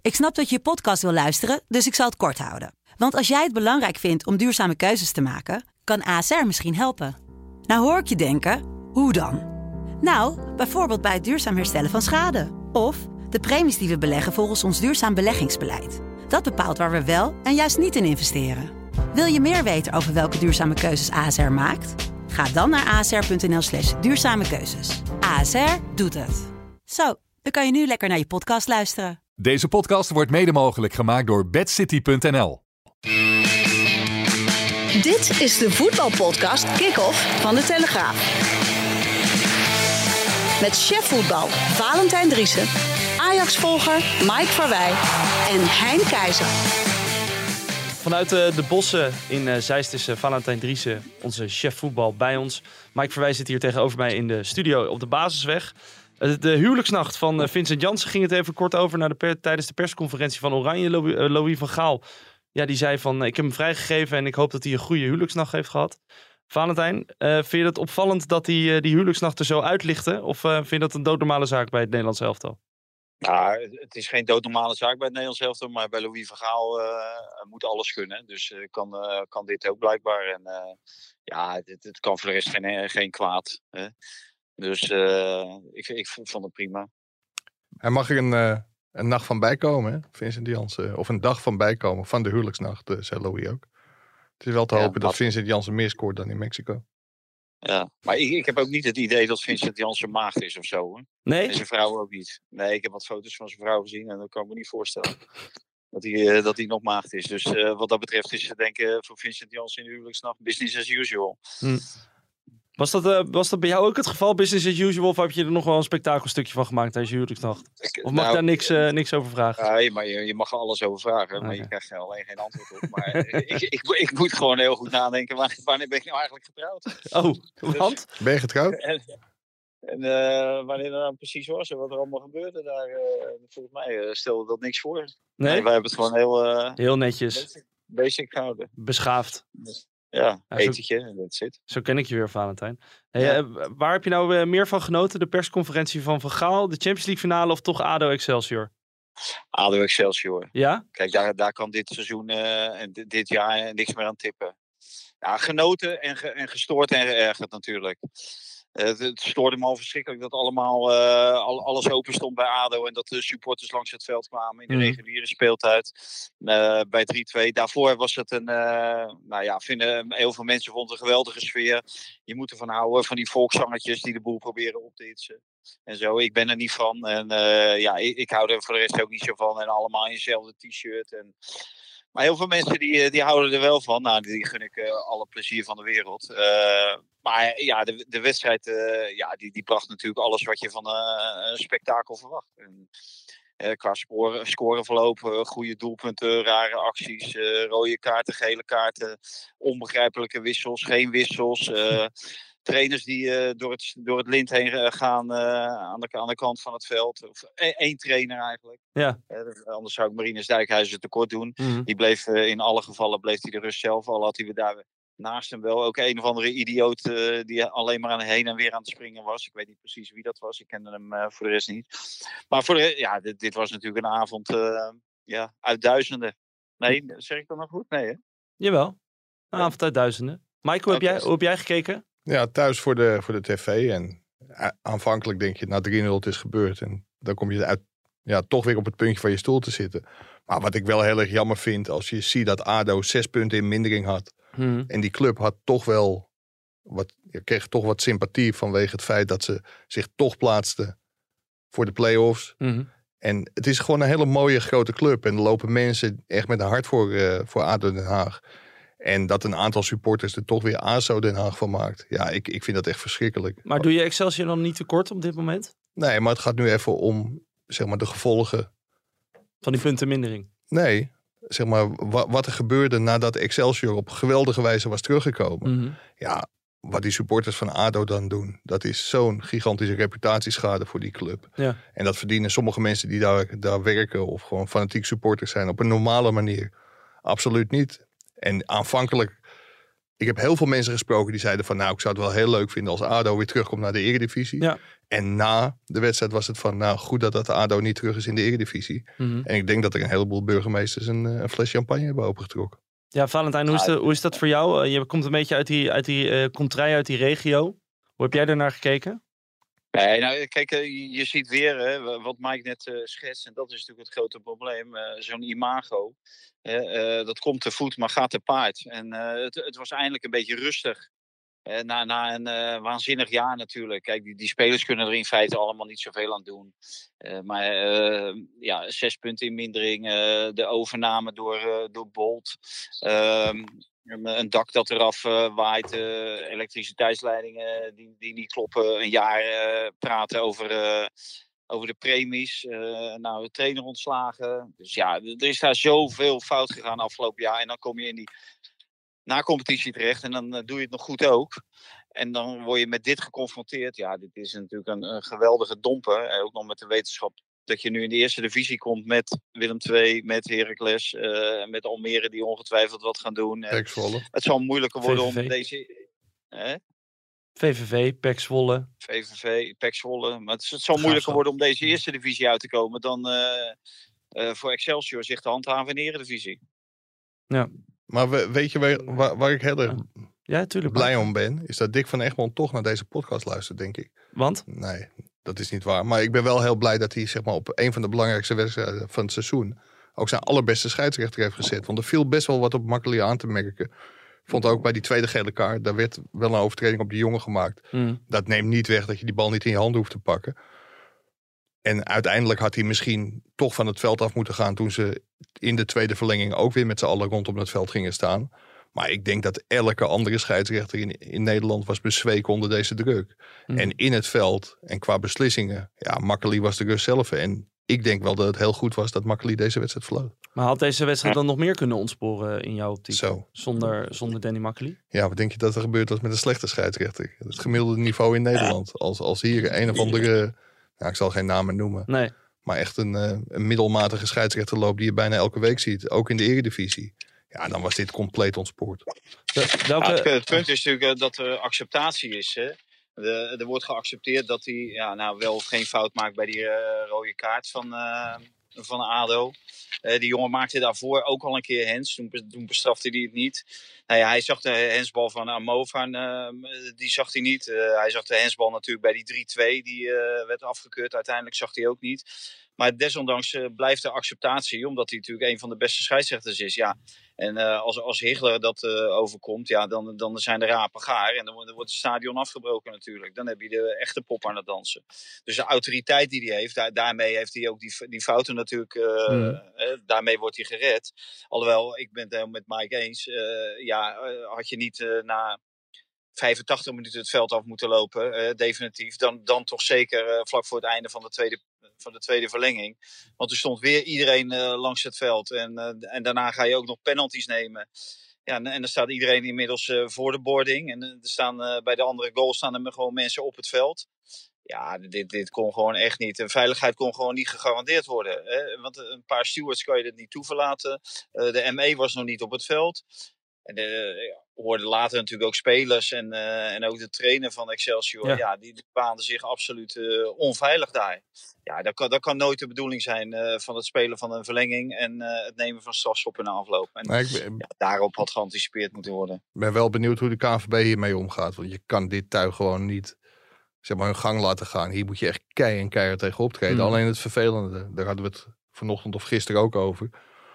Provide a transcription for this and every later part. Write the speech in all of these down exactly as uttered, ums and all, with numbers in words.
Ik snap dat je je podcast wil luisteren, dus ik zal het kort houden. Want als jij het belangrijk vindt om duurzame keuzes te maken, kan A S R misschien helpen. Nou hoor ik je denken, hoe dan? Nou, bijvoorbeeld bij het duurzaam herstellen van schade. Of de premies die we beleggen volgens ons duurzaam beleggingsbeleid. Dat bepaalt waar we wel en juist niet in investeren. Wil je meer weten over welke duurzame keuzes A S R maakt? Ga dan naar asr.nl slash duurzame keuzes. A S R doet het. Zo, dan kan je nu lekker naar je podcast luisteren. Deze podcast wordt mede mogelijk gemaakt door bedcity punt n l. Dit is de voetbalpodcast Kick-Off van de Telegraaf. Met chef voetbal Valentijn Driessen, Ajax-volger Mike Verwij en Hein Keizer. Vanuit uh, de bossen in uh, Zeist is uh, Valentijn Driessen, onze chef voetbal, bij ons. Mike Verwij zit hier tegenover mij in de studio op de Basisweg. Uh, de huwelijksnacht van uh, Vincent Janssen ging het even kort over naar de per- tijdens de persconferentie van Oranje. Louis, uh, Louis van Gaal, ja, die zei van, uh, ik heb hem vrijgegeven en ik hoop dat hij een goede huwelijksnacht heeft gehad. Valentijn, uh, vind je het opvallend dat hij uh, die huwelijksnacht er zo uitlichtte? Of uh, vind je dat een doodnormale zaak bij het Nederlands elftal? Nou, het is geen doodnormale zaak bij het Nederlands elftal, maar bij Louis van Gaal uh, moet alles kunnen. Dus uh, kan, uh, kan dit ook blijkbaar. En uh, ja, het, het kan voor de rest geen, geen kwaad. Hè? Dus uh, ik, ik vond het prima. Er mag er een, uh, een nacht van bijkomen, hè? Vincent Janssen. Of een dag van bijkomen van de huwelijksnacht, uh, zei Louis ook. Het is wel te ja, hopen dat wat... Vincent Janssen meer scoort dan in Mexico. Ja, maar ik, ik heb ook niet het idee dat Vincent Janssen maagd is of zo, hoor. Nee? En zijn vrouw ook niet. Nee, ik heb wat foto's van zijn vrouw gezien en dat kan ik me niet voorstellen. Dat hij, uh, dat hij nog maagd is. Dus uh, wat dat betreft is het denk ik voor Vincent Janssen in de huwelijksnacht business as usual. Hm. Was dat, uh, was dat bij jou ook het geval, business as usual? Of heb je er nog wel een spektakelstukje van gemaakt tijdens je huwelijksnacht? Of mag nou, je daar niks, uh, niks over vragen? Nee, maar je, je mag er alles over vragen. Maar okay. Je krijgt alleen geen antwoord op. Maar ik, ik, ik moet gewoon heel goed nadenken. Wanneer, wanneer ben ik nou eigenlijk getrouwd? Oh, want? Dus, ben je getrouwd? En, en uh, wanneer dat nou precies was en wat er allemaal gebeurde, daar uh, volgens mij uh, stelde dat niks voor. Nee? nee wij hebben het gewoon heel... Uh, heel netjes. Basic, basic gehouden. Beschaafd. Dus, ja, ja, etentje en dat zit. Zo ken ik je weer, Valentijn. Hey, ja. uh, waar heb je nou uh, meer van genoten? De persconferentie van Van Gaal, de Champions League finale of toch A D O Excelsior? A D O Excelsior. Ja? Kijk, daar, daar kan dit seizoen uh, en d- dit jaar niks meer aan tippen. Ja, genoten en, ge- en gestoord en geërgerd natuurlijk. Uh, het, het stoorde me al verschrikkelijk dat allemaal uh, al, alles open stond bij A D O en dat de supporters langs het veld kwamen in de mm. reguliere speeltijd uh, bij drie twee. Daarvoor was het een, uh, nou ja, vinden heel veel mensen vonden het een geweldige sfeer. Je moet ervan houden, van die volkszangetjes die de boel proberen op te hitsen. En zo, ik ben er niet van. En uh, ja, ik, ik hou er voor de rest ook niet zo van. En allemaal in jezelfde t-shirt. En... Maar heel veel mensen die, die houden er wel van. Nou, die gun ik uh, alle plezier van de wereld. Uh, maar ja, de, de wedstrijd uh, ja, die, die bracht natuurlijk alles wat je van uh, een spektakel verwacht. En, uh, qua scoren, scoreverloop, uh, goede doelpunten, rare acties, uh, rode kaarten, gele kaarten, onbegrijpelijke wissels, geen wissels. Uh, trainers die uh, door, het, door het lint heen uh, gaan uh, aan, de, aan de kant van het veld. Of e- één trainer eigenlijk. Ja. Uh, anders zou ik Marinus Dijkhuizen tekort doen. Mm-hmm. Die bleef uh, in alle gevallen bleef hij de rust zelf. Al had hij daar naast hem wel ook een of andere idioot uh, die alleen maar aan heen en weer aan het springen was. Ik weet niet precies wie dat was. Ik kende hem uh, voor de rest niet. Maar voor de, ja, dit, dit was natuurlijk een avond uh, ja, uit duizenden. Nee, zeg ik dat nog goed? Nee, hè? Jawel. Een avond uit duizenden. Mike, hoe, okay. heb jij, hoe heb jij gekeken? Ja, thuis voor de, voor de tv. En aanvankelijk denk je, na drie nul het is gebeurd. En dan kom je uit, ja, toch weer op het puntje van je stoel te zitten. Maar wat ik wel heel erg jammer vind, als je ziet dat A D O zes punten in mindering had. Hmm. En die club had toch wel, wat, je kreeg toch wat sympathie vanwege het feit dat ze zich toch plaatsten voor de play-offs. Hmm. En het is gewoon een hele mooie grote club. En er lopen mensen echt met een hart voor, uh, voor A D O Den Haag. En dat een aantal supporters er toch weer A S O Den Haag van maakt. Ja, ik, ik vind dat echt verschrikkelijk. Maar doe je Excelsior dan niet tekort op dit moment? Nee, maar het gaat nu even om, zeg maar, de gevolgen. Van die puntenmindering? Nee, zeg maar, wa- wat er gebeurde nadat Excelsior op geweldige wijze was teruggekomen. Mm-hmm. Ja, wat die supporters van A D O dan doen, dat is zo'n gigantische reputatieschade voor die club. Ja. En dat verdienen sommige mensen die daar, daar werken of gewoon fanatiek supporters zijn op een normale manier absoluut niet. En aanvankelijk ik heb heel veel mensen gesproken die zeiden van... nou, ik zou het wel heel leuk vinden als ADO weer terugkomt naar de Eredivisie. Ja. En na de wedstrijd was het van... nou, goed dat dat ADO niet terug is in de Eredivisie. Mm-hmm. En ik denk dat er een heleboel burgemeesters een, een fles champagne hebben opengetrokken. Ja, Valentijn, hoe is, de, hoe is dat voor jou? Uh, je komt een beetje uit die, uit die uh, contraille, uit die regio. Hoe heb jij er naar gekeken? Nee, nou, kijk, je, je ziet weer hè, wat Mike net uh, schetst. En dat is natuurlijk het grote probleem. Uh, zo'n imago. Uh, uh, dat komt te voet, maar gaat te paard. En uh, het, het was eindelijk een beetje rustig. Uh, na, na een uh, waanzinnig jaar natuurlijk. Kijk, die, die spelers kunnen er in feite allemaal niet zoveel aan doen. Uh, maar uh, ja, zes punten in mindering. Uh, de overname door, uh, door Bolt. Uh, Een dak dat eraf uh, waait, uh, elektriciteitsleidingen die, die niet kloppen. Een jaar uh, praten over, uh, over de premies. Uh, nou, de trainer ontslagen. Dus ja, er is daar zoveel fout gegaan afgelopen jaar. En dan kom je in die na-competitie terecht en dan uh, doe je het nog goed ook. En dan word je met dit geconfronteerd. Ja, dit is natuurlijk een, een geweldige domper. En ook nog met de wetenschap dat je nu in de eerste divisie komt met Willem twee, met Heracles, uh, met Almere die ongetwijfeld wat gaan doen. Pek Zwolle. Het zal moeilijker worden V V V. om deze... Hè? V V V, Pek Zwolle. V V V, Pek Zwolle. Maar het, het zal moeilijker worden om deze eerste divisie uit te komen dan uh, uh, voor Excelsior zich te handhaven in de Eredivisie. Ja. Maar we, weet je waar, waar, waar ik heel erg Ja, tuurlijk. blij om ben? Is dat Dick van Egmond toch naar deze podcast luistert, denk ik. Want? Nee, dat is niet waar. Maar ik ben wel heel blij dat hij zeg maar, op een van de belangrijkste wedstrijden van het seizoen ook zijn allerbeste scheidsrechter heeft gezet. Want er viel best wel wat op Makkeli aan te merken. Vond ook bij die tweede gele kaart, daar werd wel een overtreding op die jongen gemaakt. Mm. Dat neemt niet weg dat je die bal niet in je handen hoeft te pakken. En uiteindelijk had hij misschien toch van het veld af moeten gaan toen ze in de tweede verlenging ook weer met z'n allen rondom het veld gingen staan. Maar ik denk dat elke andere scheidsrechter in, in Nederland was bezweken onder deze druk. Mm. En in het veld en qua beslissingen, ja, Makkeli was de rust zelf. En ik denk wel dat het heel goed was dat Makkeli deze wedstrijd verloot. Maar had deze wedstrijd dan nog meer kunnen ontsporen in jouw optiek? Zo. Zonder, zonder Danny Makkeli? Ja, wat denk je dat er gebeurd was met een slechte scheidsrechter? Het gemiddelde niveau in Nederland. Als, als hier een of andere, nou, ik zal geen namen noemen. Nee. Maar echt een, uh, een middelmatige scheidsrechter loopt die je bijna elke week ziet. Ook in de Eredivisie. Ja, dan was dit compleet ontspoord. De, welke... ja, het, het punt is natuurlijk dat er acceptatie is. Hè? De, er wordt geaccepteerd dat hij ja, nou, wel of geen fout maakt bij die uh, rode kaart van, uh, van ADO. Uh, die jongen maakte daarvoor ook al een keer hens. Toen, toen bestrafte hij het niet. Nou ja, hij zag de hensbal van Amova, uh, die zag hij niet. Uh, hij zag de hensbal natuurlijk bij die drie twee, die uh, werd afgekeurd. Uiteindelijk zag hij ook niet. Maar desondanks uh, blijft er acceptatie, omdat hij natuurlijk een van de beste scheidsrechters is. Ja. En uh, als, als Higler dat uh, overkomt, ja, dan, dan zijn de rapen gaar. En dan, dan wordt het stadion afgebroken natuurlijk. Dan heb je de echte pop aan het dansen. Dus de autoriteit die hij heeft, daar, daarmee heeft hij ook die, die fouten natuurlijk, uh, mm. uh, daarmee wordt hij gered. Alhoewel, ik ben het helemaal met Mike eens. Uh, ja, uh, had je niet uh, na vijfentachtig minuten het veld af moeten lopen, uh, definitief. Dan, dan toch zeker uh, vlak voor het einde van de tweede van de tweede verlenging. Want er stond weer iedereen uh, langs het veld. En, uh, en daarna ga je ook nog penalties nemen. Ja, en, en dan staat iedereen inmiddels uh, voor de boarding. En uh, er staan, uh, bij de andere goals staan er gewoon mensen op het veld. Ja, dit, dit kon gewoon echt niet. De veiligheid kon gewoon niet gegarandeerd worden. Hè? Want een paar stewards kan je dit niet toeverlaten. Uh, de M E was nog niet op het veld. En de, ja, hoorden later natuurlijk ook spelers en, uh, en ook de trainer van Excelsior. Ja, ja die baanden zich absoluut uh, onveilig daar. Ja, dat kan, dat kan nooit de bedoeling zijn uh, van het spelen van een verlenging en uh, het nemen van strafschoppen na afloop. En ben, ja, daarop had geanticipeerd moeten worden. Ik ben wel benieuwd hoe de K N V B hiermee omgaat. Want je kan dit tuig gewoon niet, zeg maar, hun gang laten gaan. Hier moet je echt kei en keihard tegen optreden. Hmm. Alleen het vervelende, daar hadden we het vanochtend of gisteren ook over.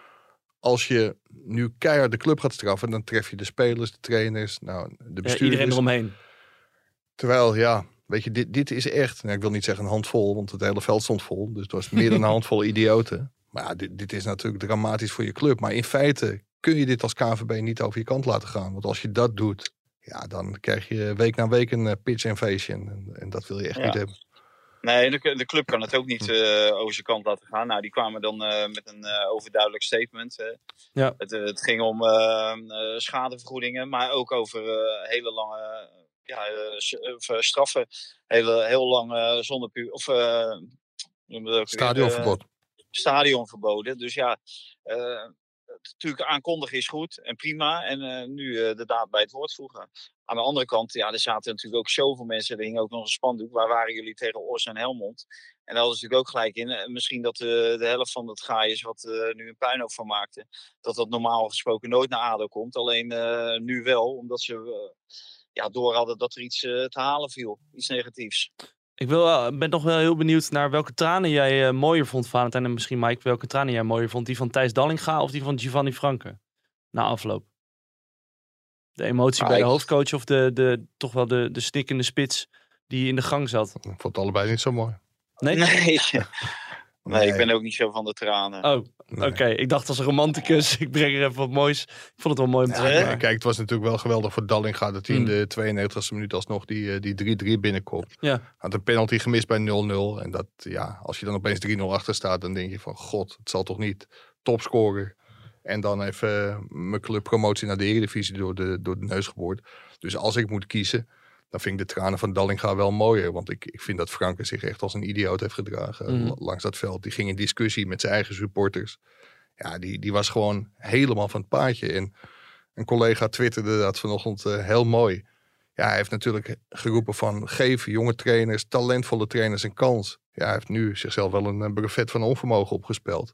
Als je nu keihard de club gaat straffen, dan tref je de spelers, de trainers, nou, de bestuurders. Ja, iedereen eromheen. Terwijl, ja, weet je, dit, dit is echt, nou, ik wil niet zeggen een handvol, want het hele veld stond vol. Dus het was meer dan een handvol idioten. Maar ja, dit, dit is natuurlijk dramatisch voor je club. Maar in feite kun je dit als K N V B niet over je kant laten gaan. Want als je dat doet, ja, dan krijg je week na week een uh, pitch invasion. En, en dat wil je echt ja. niet hebben. Nee, de, de club kan het ook niet uh, over zijn kant laten gaan. Nou, die kwamen dan uh, met een uh, overduidelijk statement. Uh. Ja. Het, uh, het ging om uh, uh, schadevergoedingen, maar ook over uh, hele lange ja, uh, straffen. Hele, heel lang uh, zonder pu- of uh, stadionverbod. Uh, stadionverboden. Dus ja, uh, natuurlijk aankondigen is goed en prima. En uh, nu uh, de daad bij het woord voegen. Aan de andere kant, ja, er zaten natuurlijk ook zoveel mensen. Er hing ook nog een spandoek. Waar waren jullie tegen Ors en Helmond? En daar hadden ze natuurlijk ook gelijk in. Uh, misschien dat uh, de helft van het gaaiers wat uh, nu een puinhoop van maakte. Dat dat normaal gesproken nooit naar A D O komt. Alleen uh, nu wel, omdat ze uh, ja, door hadden dat er iets uh, te halen viel. Iets negatiefs. Ik wil, ben nog wel heel benieuwd naar welke tranen jij uh, mooier vond, Valentijn. En misschien Mike, welke tranen jij mooier vond. Die van Thijs Dallinga of die van Giovanni Franke? Na afloop. De emotie ah, bij de ik... hoofdcoach of de, de, toch wel de, de stikkende spits die in de gang zat? Ik vond het allebei niet zo mooi. Nee? Nee. Nee, ik ben ook niet zo van de tranen. Oh, nee. Oké. Okay. Ik dacht als een romanticus, ik breng er even wat moois. Ik vond het wel mooi om te zeggen. Ja, kijk, het was natuurlijk wel geweldig voor Dallinga dat hij mm. in de tweeënnegentigste minuut alsnog die, die drie drie binnenkomt. Ja. Had een penalty gemist bij nul nul. En dat, ja, als je dan opeens drie nul achter staat, dan denk je van god, het zal toch niet topscorer. En dan even uh, mijn clubpromotie naar de Eredivisie door de, door de neus geboord. Dus als ik moet kiezen, dan vind ik de tranen van Dallinga wel mooier. Want ik, ik vind dat Franke zich echt als een idioot heeft gedragen mm. langs dat veld. Die ging in discussie met zijn eigen supporters. Ja, die, die was gewoon helemaal van het paadje. En een collega twitterde dat vanochtend uh, heel mooi. Ja, hij heeft natuurlijk geroepen van geef jonge trainers, talentvolle trainers een kans. Ja, hij heeft nu zichzelf wel een brevet van onvermogen opgespeld.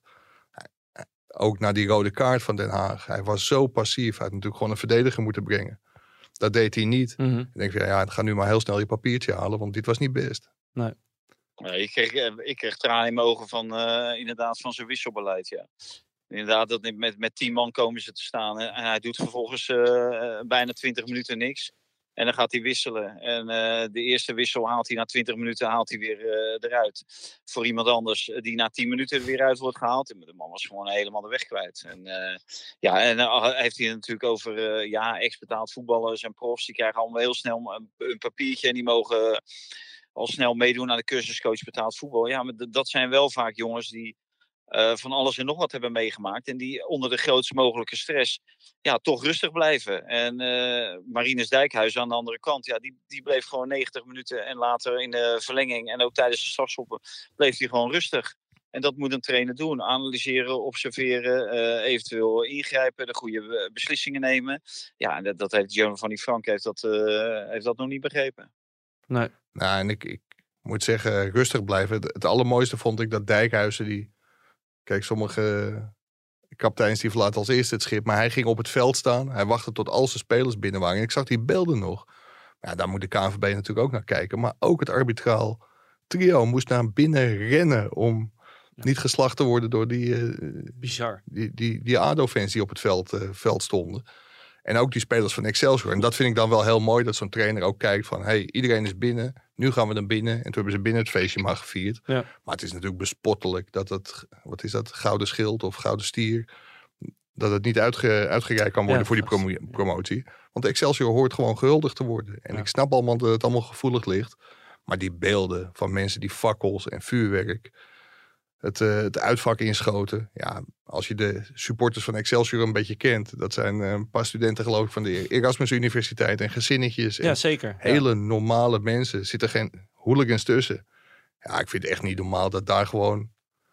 Ook na die rode kaart van Den Haag. Hij was zo passief. Hij had natuurlijk gewoon een verdediger moeten brengen. Dat deed hij niet. Mm-hmm. Ik denk, ja, ja, ga nu maar heel snel je papiertje halen, want dit was niet best. Nee. Ja, ik, kreeg, ik kreeg tranen in mijn ogen van, uh, inderdaad, van zijn wisselbeleid, ja. Inderdaad, dat met, met tien man komen ze te staan. En hij doet vervolgens uh, bijna twintig minuten niks. En dan gaat hij wisselen. En uh, de eerste wissel haalt hij na twintig minuten haalt hij weer uh, eruit. Voor iemand anders die na tien minuten er weer uit wordt gehaald. De man was gewoon helemaal de weg kwijt. En, uh, ja, en uh, heeft hij het natuurlijk over uh, ja, ex-betaald voetballers en profs. Die krijgen allemaal heel snel een, een papiertje. En die mogen uh, al snel meedoen aan de cursuscoach betaald voetbal. Ja, maar d- dat zijn wel vaak jongens die Uh, van alles en nog wat hebben meegemaakt. En die onder de grootst mogelijke stress ja, toch rustig blijven. En uh, Marinus Dijkhuizen aan de andere kant, ja, die, die bleef gewoon negentig minuten. En later in de verlenging en ook tijdens de strafschoppen bleef hij gewoon rustig. En dat moet een trainer doen. Analyseren, observeren, uh, eventueel ingrijpen, de goede beslissingen nemen. Ja, en dat, dat heeft Giovanni Franke heeft dat, uh, heeft dat nog niet begrepen. Nee. Nou, en ik, ik moet zeggen, rustig blijven. Het, het allermooiste vond ik dat Dijkhuizen die... Kijk, sommige kapiteins die verlaten als eerste het schip. Maar hij ging op het veld staan. Hij wachtte tot al zijn spelers binnen waren. En ik zag die beelden nog. Ja, daar moet de K N V B natuurlijk ook naar kijken. Maar ook het arbitraal trio moest naar binnen rennen om ja. niet geslacht te worden door die, uh, Bizar. die, die, die A D O-fans die op het veld, uh, veld stonden. En ook die spelers van Excelsior. En dat vind ik dan wel heel mooi dat zo'n trainer ook kijkt van... hey, iedereen is binnen, nu gaan we dan binnen. En toen hebben ze binnen het feestje maar gevierd. Ja. Maar het is natuurlijk bespottelijk dat het... Wat is dat? Gouden schild of gouden stier... dat het niet uitge, uitgereikt kan worden ja, voor die promo- promotie. Want Excelsior hoort gewoon gehuldigd te worden. En ja. ik snap allemaal dat het allemaal gevoelig ligt. Maar die beelden van mensen die fakkels en vuurwerk... Het, uh, het uitvak inschoten. Ja, als je de supporters van Excelsior een beetje kent. Dat zijn uh, een paar studenten geloof ik van de Erasmus Universiteit. En gezinnetjes. En ja, zeker. Hele ja. normale mensen. Er zitten geen hooligans tussen. Ja, ik vind het echt niet normaal dat daar gewoon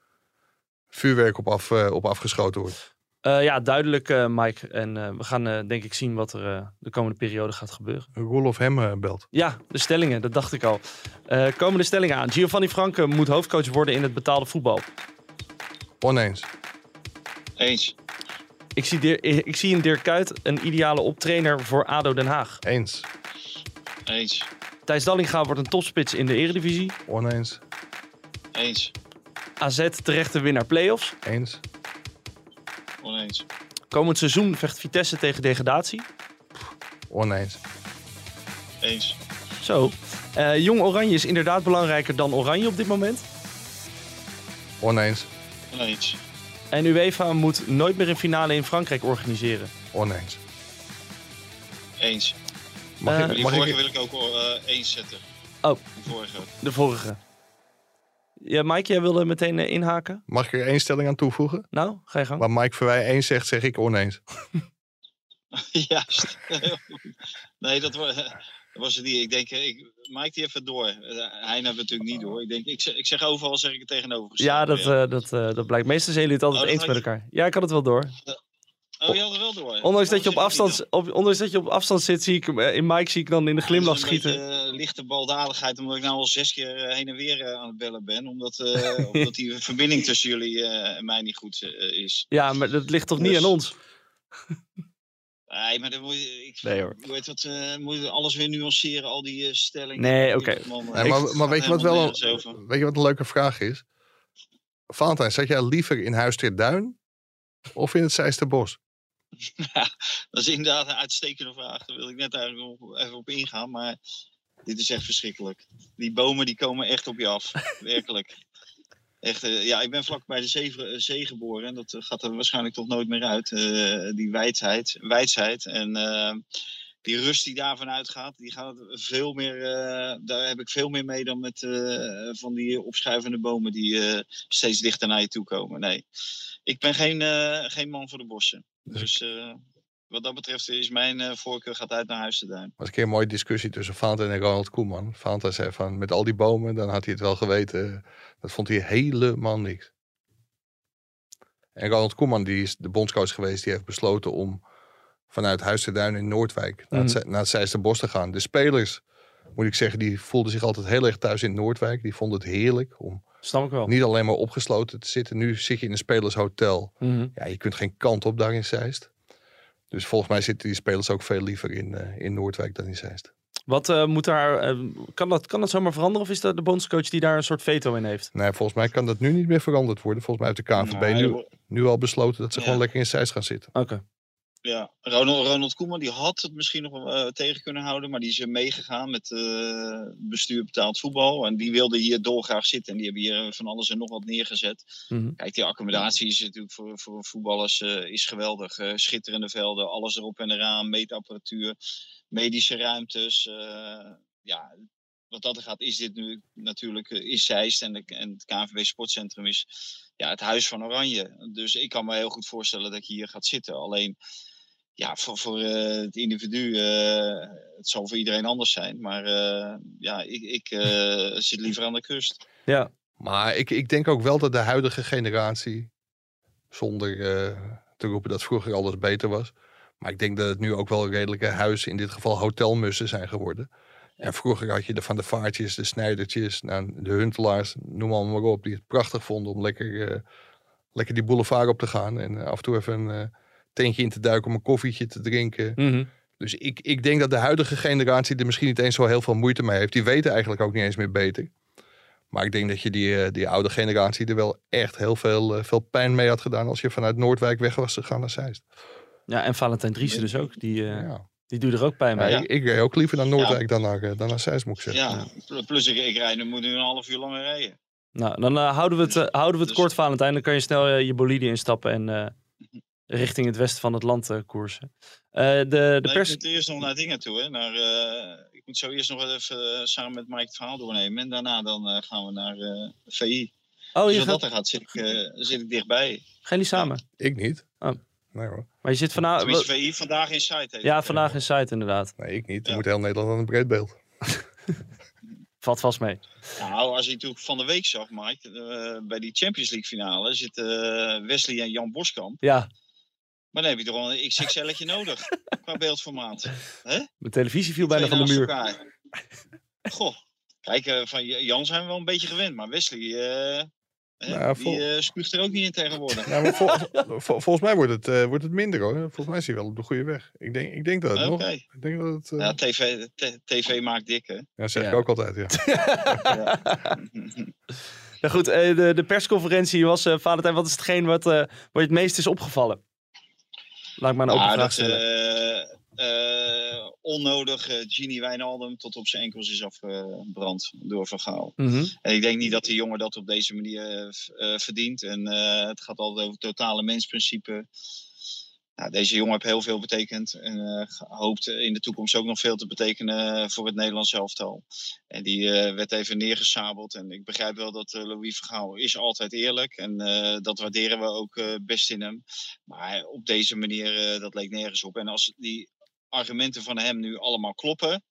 vuurwerk op, af, uh, op afgeschoten wordt. Uh, ja, duidelijk uh, Mike. En uh, we gaan uh, denk ik zien wat er uh, de komende periode gaat gebeuren. Roelof hem uh, belt. Ja, de stellingen, dat dacht ik al. Uh, komen de stellingen aan. Giovanni Franke moet hoofdcoach worden in het betaalde voetbal. Oneens. Eens. Ik zie, Dir- ik zie in Dirk Kuyt een ideale optrainer voor A D O Den Haag. Eens. Eens. Thijs Dallinga wordt een topspits in de Eredivisie. Oneens. Eens. A Z terechte winnaar play-offs. Eens. Oneens. Komend seizoen vecht Vitesse tegen degradatie. Oneens. Eens. Zo. Uh, Jong Oranje is inderdaad belangrijker dan Oranje op dit moment. Oneens. Oneens. En UEFA moet nooit meer een finale in Frankrijk organiseren. Oneens. Eens. Mag uh, ik, die mag vorige ik... wil ik ook uh, eens zetten. Oh. Die vorige. De vorige. Ja, Mike, jij wilde meteen uh, inhaken? Mag ik er één stelling aan toevoegen? Nou, ga je gang. Waar Mike Verwij eens zegt, zeg ik oneens. Juist. Nee, dat was, dat was het niet. Ik denk, ik, Mike die even door. Hij heeft het natuurlijk niet door. Ik denk, ik zeg, ik zeg overal zeg ik het tegenover. Ja, dat, uh, dat, uh, dat blijkt. Meestal zijn jullie het altijd oh, eens met elkaar. Ja, ik had het wel door. wel door. Ondanks dat, je op Nou, afstand, op, ondanks dat je op afstand zit, zie ik hem, in Mike zie ik dan in de glimlach schieten. Een beetje, uh, lichte baldadigheid, omdat ik nou al zes keer uh, heen en weer uh, aan het bellen ben. Omdat, uh, omdat die verbinding tussen jullie uh, en mij niet goed uh, is. Ja, maar dat ligt toch dus... niet aan ons? Nee, maar dan moet je, ik, nee, hoor. Weet wat, uh, moet je alles weer nuanceren, al die uh, stellingen. Nee, oké. Okay. Nee, maar maar weet, je wat wel een, weet je wat een leuke vraag is? Valentijn, zat jij liever in Huis ter Duin of in het Zijsterbos? Ja, dat is inderdaad een uitstekende vraag. Daar wil ik net eigenlijk op, even op ingaan, maar dit is echt verschrikkelijk. Die bomen die komen echt op je af, werkelijk. Echt, uh, ja, ik ben vlak bij de zee, uh, zee geboren en dat uh, gaat er waarschijnlijk toch nooit meer uit. Uh, die wijdheid, wijdsheid en uh, die rust die daarvan uitgaat, die gaat veel meer, uh, daar heb ik veel meer mee dan met uh, van die opschuivende bomen die uh, steeds dichter naar je toe komen. Nee, ik ben geen, uh, geen man voor de bossen. Dus uh, wat dat betreft is mijn uh, voorkeur gaat uit naar Huis ter Duin. Er was een keer een mooie discussie tussen Valentijn en Ronald Koeman. Valentijn zei van, met al die bomen, dan had hij het wel geweten. Dat vond hij helemaal niks. En Ronald Koeman, die is de bondscoach geweest, die heeft besloten om vanuit Huis ter Duin in Noordwijk naar het, mm. naar het Zijsterbos te gaan. De spelers, moet ik zeggen, die voelden zich altijd heel erg thuis in Noordwijk. Die vonden het heerlijk om Snap ik wel. niet alleen maar opgesloten te zitten. Nu zit je in een spelershotel. Mm-hmm. Ja, je kunt geen kant op daar in Zeist. Dus volgens mij zitten die spelers ook veel liever in, uh, in Noordwijk dan in Zeist. Wat uh, moet daar, uh, kan, dat, kan dat zomaar veranderen of is dat de bondscoach die daar een soort veto in heeft? Nee, volgens mij kan dat nu niet meer veranderd worden. Volgens mij heeft de K N V B nee, nu, nu al besloten dat ze ja. gewoon lekker in Zeist gaan zitten. Oké. Okay. Ja, Ronald, Ronald Koeman die had het misschien nog uh, tegen kunnen houden, maar die is meegegaan met uh, bestuur betaald voetbal. En die wilde hier dolgraag zitten en die hebben hier van alles en nog wat neergezet. Mm-hmm. Kijk, die accommodatie is natuurlijk voor, voor voetballers uh, is geweldig. Uh, schitterende velden, alles erop en eraan, meetapparatuur, medische ruimtes. Uh, ja, wat dat er gaat is dit nu natuurlijk, uh, is Zeist en, de, en het K N V B Sportcentrum is ja, het Huis van Oranje. Dus ik kan me heel goed voorstellen dat je hier gaat zitten. Alleen... Ja, voor, voor uh, het individu, uh, het zal voor iedereen anders zijn. Maar uh, ja, ik, ik uh, zit liever aan de kust. Ja. Maar ik, ik denk ook wel dat de huidige generatie, zonder uh, te roepen dat vroeger alles beter was. Maar ik denk dat het nu ook wel redelijke huizen, in dit geval hotelmussen zijn geworden. En vroeger had je de Van de Vaartjes, de Snijdertjes, nou, de Huntelaars, noem allemaal maar op. Die het prachtig vonden om lekker, uh, lekker die boulevard op te gaan. En uh, af en toe even een... Uh, tentje in te duiken om een koffietje te drinken. Mm-hmm. Dus ik, ik denk dat de huidige generatie er misschien niet eens zo heel veel moeite mee heeft. Die weten eigenlijk ook niet eens meer beter. Maar ik denk dat je die, die oude generatie er wel echt heel veel, veel pijn mee had gedaan als je vanuit Noordwijk weg was gegaan naar Zeist. Ja, en Valentijn Driessen dus ook. Die, uh, ja. die doet er ook pijn mee. Ja, ik, ik reed ook liever naar Noordwijk ja. dan, naar, dan naar Zeist, moet ik zeggen. Ja, plus ik, ik rijd, nu moet nu een half uur langer rijden. Nou, dan uh, houden we het, uh, houden we het dus... kort, Valentijn. Dan kan je snel uh, je bolide instappen en... Uh, richting het westen van het land uh, koersen. Uh, de, de nee, pers... Ik moet eerst nog naar dingen toe. Hè? Naar, uh, ik moet zo eerst nog even uh, samen met Mike het verhaal doornemen. En daarna dan uh, gaan we naar uh, V I. Oh, dus je wat gaat... dat er gaat, zit ik, uh, zit ik dichtbij. Ga je niet samen? Ja. Ik niet. Oh. Nee hoor. Maar je zit vanavond... V I vandaag in site. Ja, vandaag in site inderdaad. Nee, ik niet. Er ja. moet heel Nederland aan een breed beeld. Valt vast mee. Nou, als je natuurlijk van de week zag, Mike, uh, bij die Champions League finale zitten uh, Wesley en Jan Boskamp. Ja. Maar dan heb je toch wel een X X L'tje nodig qua beeldformaat. Hè? De televisie viel bijna van de muur. Elkaar. Goh, kijk, uh, van Jan zijn we wel een beetje gewend, maar Wesley, uh, nou, die uh, spuugt er ook niet in tegenwoordig. Ja, maar vol, vol, volgens mij wordt het, uh, wordt het minder hoor. Volgens mij is hij wel op de goede weg. Ik denk, ik denk dat het okay. nog... Ik denk dat het, uh... ja, T V, t- TV maakt dik, hè? Ja, zeg ja. ik ook altijd, ja. ja. Nou goed, de, de persconferentie was, uh, Valentijn, wat is hetgeen wat, uh, wat je het meest is opgevallen? Laat ik maar een open ah, vraag dat, stellen. Uh, uh, onnodig uh, Gini Wijnaldum tot op zijn enkels is afgebrand door Van Gaal. Mm-hmm. En ik denk niet dat die jongen dat op deze manier uh, verdient. En uh, het gaat altijd over het totale mensprincipe. Nou, deze jongen heeft heel veel betekend en uh, hoopt in de toekomst ook nog veel te betekenen voor het Nederlands elftal. En die uh, werd even neergesabeld. En ik begrijp wel dat uh, Louis van Gaal is altijd eerlijk. En uh, dat waarderen we ook uh, best in hem. Maar op deze manier, uh, dat leek nergens op. En als die argumenten van hem nu allemaal kloppen,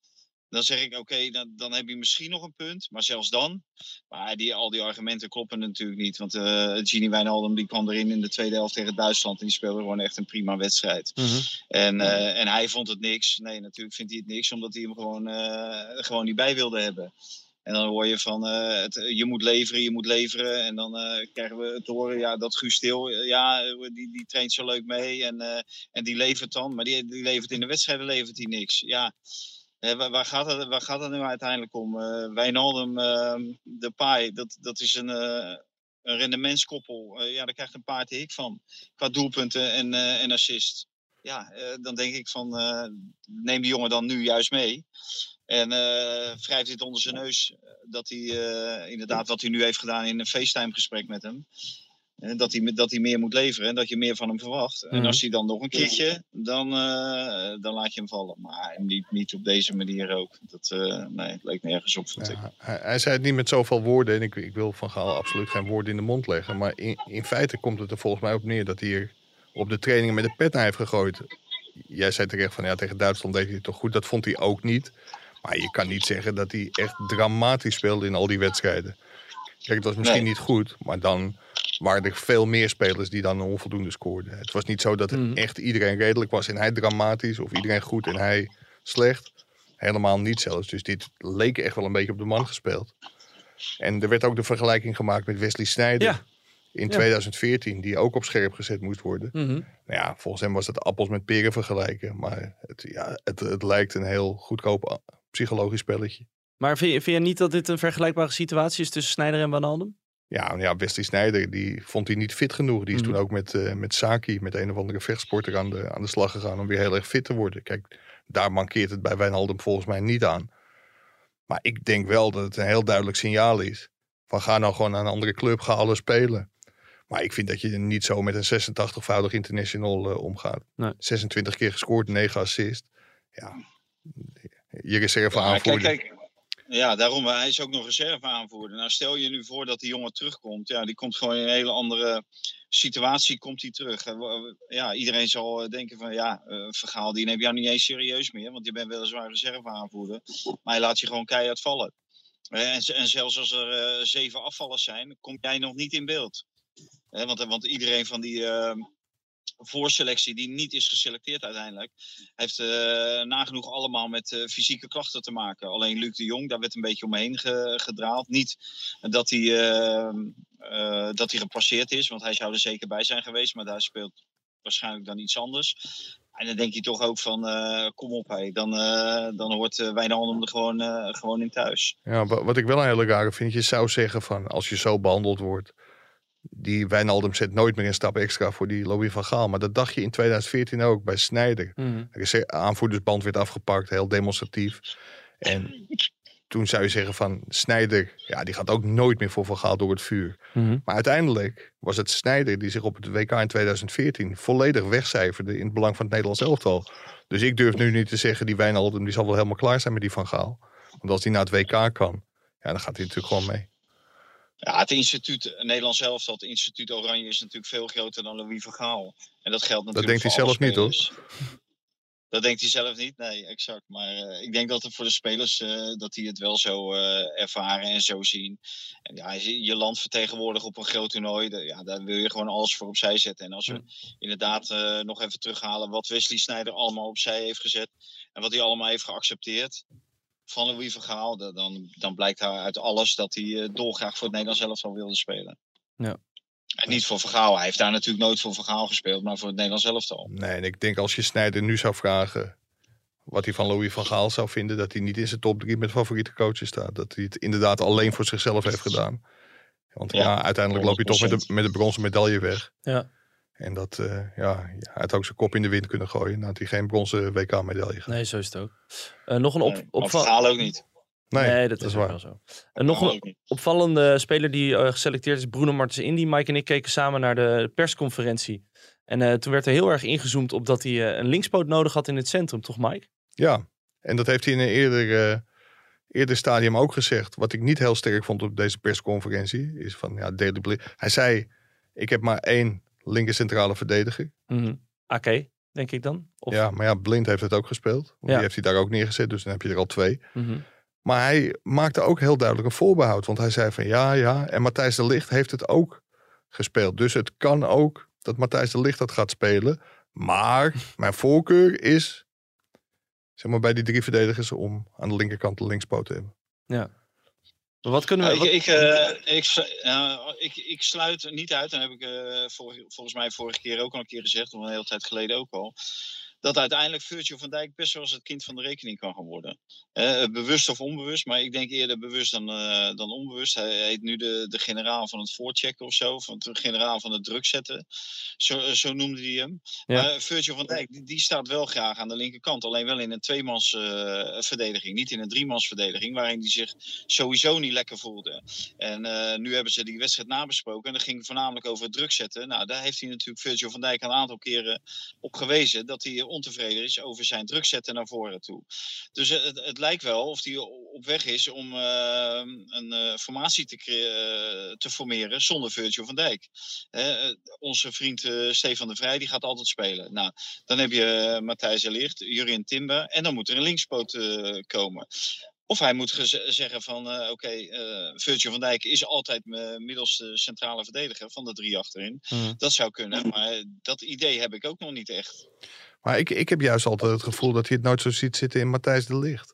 dan zeg ik, oké, okay, dan, dan heb je misschien nog een punt. Maar zelfs dan, maar die, al die argumenten kloppen natuurlijk niet. Want uh, Gini Wijnaldum die kwam erin in de tweede helft tegen Duitsland. En die speelde gewoon echt een prima wedstrijd. Mm-hmm. En, uh, en hij vond het niks. Nee, natuurlijk vindt hij het niks, omdat hij hem gewoon, uh, gewoon niet bij wilde hebben. En dan hoor je van, uh, het, je moet leveren, je moet leveren. En dan uh, krijgen we te horen, ja, dat Guus Til, ja, die, die traint zo leuk mee. En, uh, en die levert dan, maar die, die levert in de wedstrijden levert hij niks. Ja, uh, waar, waar, gaat het, waar gaat het nu uiteindelijk om? Uh, Wijnaldum, uh, Depay, dat, dat is een, uh, een rendementskoppel. Uh, ja, daar krijgt een paard de hik van. Qua doelpunten en, uh, en assist. Ja, uh, dan denk ik van, uh, neem die jongen dan nu juist mee. En uh, wrijft dit onder zijn neus dat hij uh, inderdaad wat hij nu heeft gedaan in een FaceTime gesprek met hem. Uh, dat, hij, dat hij meer moet leveren en dat je meer van hem verwacht. Mm. En als hij dan nog een keertje, dan, uh, dan laat je hem vallen. Maar niet, niet op deze manier ook. Dat uh, nee, het leek nergens op. Vond ja, ik. Hij, hij zei het niet met zoveel woorden. En ik, ik wil Van Gaal absoluut geen woorden in de mond leggen. Maar in, in feite komt het er volgens mij op neer dat hij hier op de trainingen met de pet naar heeft gegooid. Jij zei terecht van ja, tegen Duitsland deed hij het toch goed. Dat vond hij ook niet. Maar je kan niet zeggen dat hij echt dramatisch speelde in al die wedstrijden. Kijk, het was misschien nee. niet goed, maar dan waren er veel meer spelers die dan een onvoldoende scoorden. Het was niet zo dat mm. echt iedereen redelijk was en hij dramatisch of iedereen goed en hij slecht. Helemaal niet zelfs. Dus dit leek echt wel een beetje op de man gespeeld. En er werd ook de vergelijking gemaakt met Wesley Sneijder. Ja. In ja. twintig veertien, die ook op scherp gezet moest worden. Mm-hmm. Nou ja, volgens hem was het appels met peren vergelijken. Maar het, ja, het, het lijkt een heel goedkoop psychologisch spelletje. Maar vind je, vind je niet dat dit een vergelijkbare situatie is tussen Sneijder en Wijnaldum? Ja, ja, Wesley Sneijder, die vond hij niet fit genoeg. Die is mm-hmm. toen ook met, uh, met Saki, met een of andere vechtsporter aan de, aan de slag gegaan om weer heel erg fit te worden. Kijk, daar mankeert het bij Wijnaldum volgens mij niet aan. Maar ik denk wel dat het een heel duidelijk signaal is. Van ga nou gewoon naar een andere club, ga alles spelen. Maar ik vind dat je niet zo met een zesentachtigvoudig international uh, omgaat. Nee. zesentwintig keer gescoord, negen assist. Ja, je reserve ja, aanvoerder. Kijk, kijk. Ja, daarom, hij is ook nog reserve aanvoerder. Nou, stel je nu voor dat die jongen terugkomt. Ja, die komt gewoon in een hele andere situatie, komt hij terug. Ja, iedereen zal denken van, ja, uh, Vergaal, die neemt jou niet eens serieus meer. Want je bent weliswaar reserve aanvoerder. Maar hij laat je gewoon keihard vallen. En, en zelfs als er uh, zeven afvallers zijn, kom jij nog niet in beeld. He, want, want iedereen van die uh, voorselectie die niet is geselecteerd uiteindelijk, heeft uh, nagenoeg allemaal met uh, fysieke klachten te maken. Alleen Luc de Jong, daar werd een beetje omheen ge, gedraald. Niet dat hij, uh, uh, dat hij gepasseerd is, want hij zou er zeker bij zijn geweest, maar daar speelt waarschijnlijk dan iets anders. En dan denk je toch ook van, uh, kom op, hey, dan, uh, dan hoort uh, Wijnaldum er gewoon, uh, gewoon in thuis. Ja, wat ik wel een hele rare vind, je zou zeggen van, als je zo behandeld wordt, die Wijnaldum zet nooit meer een stap extra voor die Louis van Gaal. Maar dat dacht je in twintig veertien ook bij Sneijder. Mm. De aanvoerdersband werd afgepakt, heel demonstratief. En toen zou je zeggen van Sneijder, ja, die gaat ook nooit meer voor Van Gaal door het vuur. Mm-hmm. Maar uiteindelijk was het Sneijder die zich op het W K in twintig veertien volledig wegcijferde in het belang van het Nederlands elftal. Dus ik durf nu niet te zeggen, die Wijnaldum die zal wel helemaal klaar zijn met die Van Gaal. Want als hij naar het W K kan, ja, dan gaat hij natuurlijk gewoon mee. Ja, het instituut, het Nederlands elftal, het instituut Oranje is natuurlijk veel groter dan Louis van Gaal. En dat geldt natuurlijk dat denkt hij zelf niet, hoor. Dat denkt hij zelf niet, nee, exact. Maar uh, ik denk dat het voor de spelers, uh, dat die het wel zo uh, ervaren en zo zien. En ja, je land vertegenwoordigen op een groot toernooi, de, ja, daar wil je gewoon alles voor opzij zetten. En als we ja. inderdaad uh, nog even terughalen wat Wesley Sneijder allemaal opzij heeft gezet en wat hij allemaal heeft geaccepteerd van Louis van Gaal, dan, dan blijkt uit alles dat hij uh, dolgraag voor het Nederlands elftal wilde spelen. Ja. En niet voor Van Gaal. Hij heeft daar natuurlijk nooit voor Van Gaal gespeeld, maar voor het Nederlands elftal. Nee, en ik denk als je Sneijder nu zou vragen wat hij van Louis van Gaal zou vinden, dat hij niet in zijn top drie met favoriete coaches staat. Dat hij het inderdaad alleen voor zichzelf heeft gedaan. Want ja, ja uiteindelijk loop je toch met de, met de bronzen medaille weg. Ja. En dat, uh, ja, hij had ook zijn kop in de wind kunnen gooien. Nou had hij geen bronzen W K-medaille gehad. Nee, zo is het ook. Uh, nog een op, nee, opval... Van Gaal ook niet. Nee, nee dat, dat is waar. Wel zo. Uh, nog een opvallende speler die uh, geselecteerd is, Bruno Martens Indy. Mike en ik keken samen naar de persconferentie. En uh, toen werd er heel erg ingezoomd op dat hij uh, een linkspoot nodig had in het centrum, toch Mike? Ja, en dat heeft hij in een eerder, uh, eerder stadium ook gezegd. Wat ik niet heel sterk vond op deze persconferentie, is van, ja, Daley Blind. Hij zei, ik heb maar één linker centrale verdediger. Mm-hmm. Oké. denk ik dan. Of... Ja, maar ja, Blind heeft het ook gespeeld. Want Ja. Die heeft hij daar ook neergezet, dus dan heb je er al twee. Mm-hmm. Maar hij maakte ook heel duidelijk een voorbehoud. Want hij zei van ja, ja. En Matthijs de Ligt heeft het ook gespeeld. Dus het kan ook dat Matthijs de Ligt dat gaat spelen. Maar mijn voorkeur is, zeg maar, bij die drie verdedigers om aan de linkerkant de linkspoot te hebben. Ja. Maar wat kunnen we... Ja, wat- ik, ik, uh, ik, uh, ik, ik sluit niet uit, en dat heb ik uh, vorige, volgens mij vorige keer ook al een keer gezegd, of een hele tijd geleden ook al, dat uiteindelijk Virgil van Dijk best wel eens het kind van de rekening kan gaan worden. Uh, bewust of onbewust, maar ik denk eerder bewust dan, uh, dan onbewust. Hij heet nu de, de generaal van het voorchecken of zo, van de generaal van het druk zetten. Zo, uh, zo noemde hij hem. Ja. Maar Virgil van Dijk, die, die staat wel graag aan de linkerkant. Alleen wel in een tweemans uh, verdediging, niet in een driemans verdediging, waarin hij zich sowieso niet lekker voelde. En uh, nu hebben ze die wedstrijd nabesproken en dat ging voornamelijk over het druk zetten. Nou, daar heeft hij natuurlijk Virgil van Dijk een aantal keren op gewezen dat hij ontevreden is over zijn druk zetten naar voren toe. Dus het, het lijkt wel of hij op weg is om uh, een uh, formatie te, cre- te formeren zonder Virgil van Dijk. Uh, onze vriend uh, Stefan de Vrij die gaat altijd spelen. Nou, dan heb je uh, Matthijs de Ligt, Jurien Timber en dan moet er een linkspoot uh, komen. Of hij moet gez- zeggen van uh, oké, okay, uh, Virgil van Dijk is altijd mijn middelste centrale verdediger van de drie achterin. Mm. Dat zou kunnen, maar dat idee heb ik ook nog niet echt. Maar ik, ik heb juist altijd het gevoel dat hij het nooit zo ziet zitten in Matthijs de Ligt.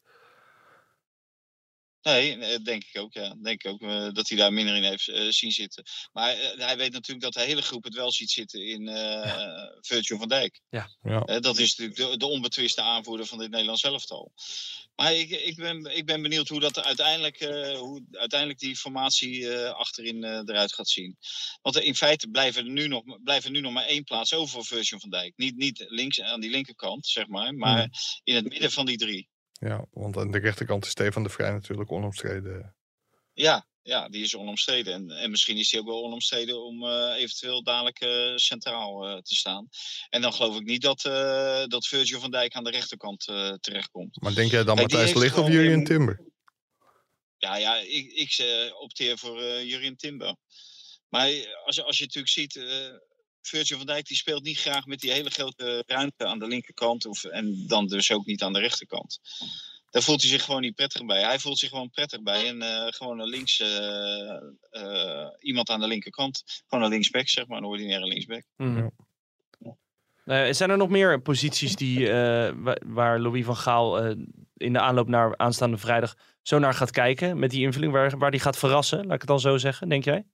Nee, denk ik ook. Ja. Denk ik ook uh, dat hij daar minder in heeft uh, zien zitten. Maar uh, hij weet natuurlijk dat de hele groep het wel ziet zitten in uh, ja. Virgil van Dijk. Ja. Ja. Uh, dat is natuurlijk de, de onbetwiste aanvoerder van dit Nederlands elftal. Maar ik, ik, ben, ik ben benieuwd hoe dat uiteindelijk, uh, hoe uiteindelijk die formatie uh, achterin uh, eruit gaat zien. Want uh, in feite blijven er nu nog, blijven nu nog maar één plaats over voor Virgil van Dijk. Niet, niet links aan die linkerkant, zeg maar, maar hmm. in het midden van die drie. Ja, want aan de rechterkant is Stefan de Vrij natuurlijk onomstreden. Ja, ja, die is onomstreden. En, en misschien is die ook wel onomstreden om uh, eventueel dadelijk uh, centraal uh, te staan. En dan geloof ik niet dat, uh, dat Virgil van Dijk aan de rechterkant uh, terechtkomt. Maar denk jij dan Kijk, Matthijs de Ligt of Jurien Timber? Ja, ja, ik, ik uh, opteer voor uh, Jurien Timber. Maar als, als je natuurlijk ziet... Uh, Virgil van Dijk die speelt niet graag met die hele grote ruimte aan de linkerkant. Of, en dan dus ook niet aan de rechterkant. Daar voelt hij zich gewoon niet prettig bij. Hij voelt zich gewoon prettig bij. En uh, gewoon een links, uh, uh, iemand aan de linkerkant. Gewoon een linksback, zeg maar. Een ordinaire linksback. Mm. Ja. Uh, zijn er nog meer posities die, uh, wa- waar Louis van Gaal uh, in de aanloop naar aanstaande vrijdag zo naar gaat kijken? Met die invulling waar, waar die gaat verrassen? Laat ik het dan zo zeggen, denk jij?